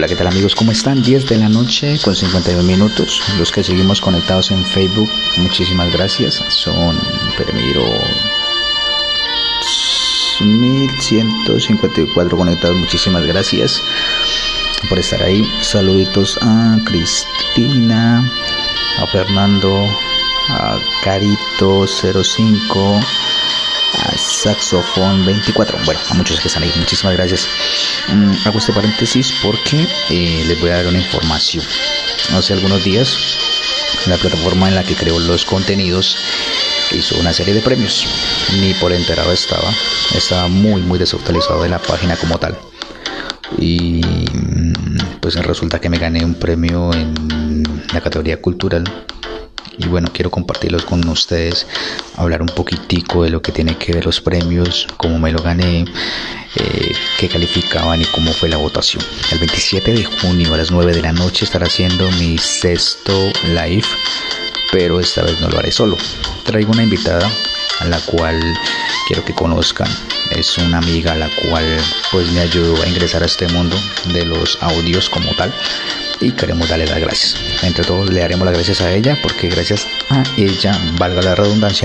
Hola, ¿qué tal amigos? ¿Cómo están? 10 de la noche con 52 minutos. Los que seguimos conectados en Facebook, muchísimas gracias. Son, miro, 1154 conectados. Muchísimas gracias por estar ahí. Saluditos a Cristina, a Fernando, a Carito05, a Saxofón 24. Bueno, a muchos que están ahí, muchísimas gracias. Hago este paréntesis porque les voy a dar una información. Hace algunos días la plataforma en la que creo los contenidos hizo una serie de premios. Ni por enterado estaba muy desactualizado de la página como tal. Y pues resulta que me gané un premio en la categoría cultural. Y bueno, quiero compartirlos con ustedes, hablar un poquitico de lo que tiene que ver los premios, cómo me lo gané, qué calificaban y cómo fue la votación. El 27 de junio a las 9 de la noche estaré haciendo mi sexto live, pero esta vez no lo haré solo. Traigo una invitada a la cual quiero que conozcan. Es una amiga a la cual pues me ayudó a ingresar a este mundo de los audios como tal. Y queremos darle las gracias. Entre todos le daremos las gracias a ella, porque gracias a ella, valga la redundancia,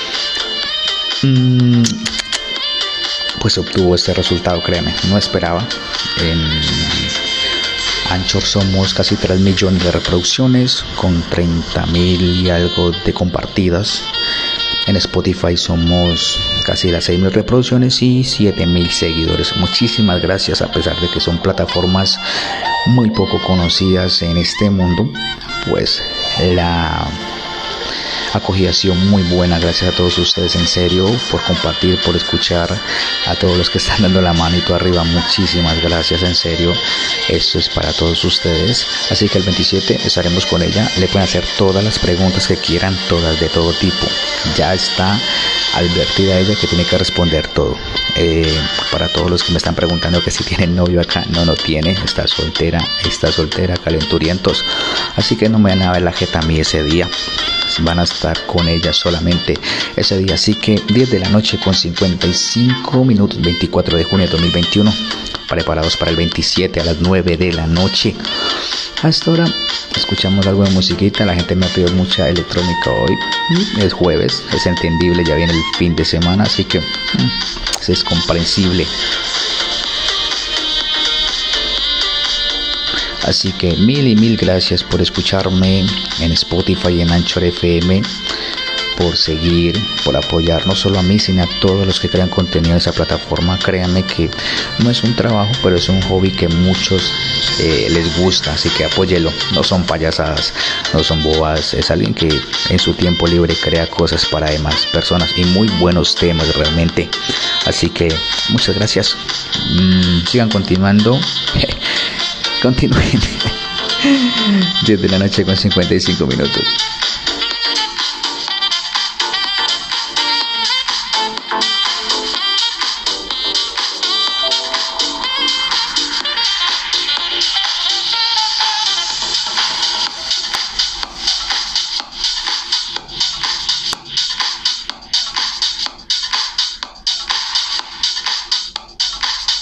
pues obtuvo este resultado. Créeme, no esperaba. En Anchor somos casi 3 millones de reproducciones, con 30,000 y algo de compartidas. En Spotify somos casi las 6,000 reproducciones y 7,000 seguidores. Muchísimas gracias, a pesar de que son plataformas muy poco conocidas en este mundo, pues la acogida ha sido muy buena. Gracias a todos ustedes, en serio, por compartir, por escuchar, a todos los que están dando la manito arriba, muchísimas gracias, en serio, esto es para todos ustedes. Así que el 27 estaremos con ella, le pueden hacer todas las preguntas que quieran, todas de todo tipo. Ya está advertida ella que tiene que responder todo. Para todos los que me están preguntando que si tiene novio acá, no tiene, está soltera, calenturientos, así que no me van a ver la jeta a mí ese día, van a estar con ella solamente ese día. Así que 10 de la noche con 55 minutos, 24 de junio de 2021, preparados para el 27 a las 9 de la noche. Hasta ahora escuchamos algo de musiquita. La gente me ha pedido mucha electrónica hoy, es jueves, es entendible, ya viene el fin de semana, así que es comprensible. Así que mil gracias por escucharme en Spotify y en Anchor FM, por seguir, por apoyar no solo a mí, sino a todos los que crean contenido en esa plataforma. Créanme que no es un trabajo, pero es un hobby que muchos les gusta, así que apóyelo. No son payasadas, no son bobadas, es alguien que en su tiempo libre crea cosas para demás personas y muy buenos temas realmente. Así que muchas gracias, sigan continuando. Continúen. 10 de la noche con 55 minutos.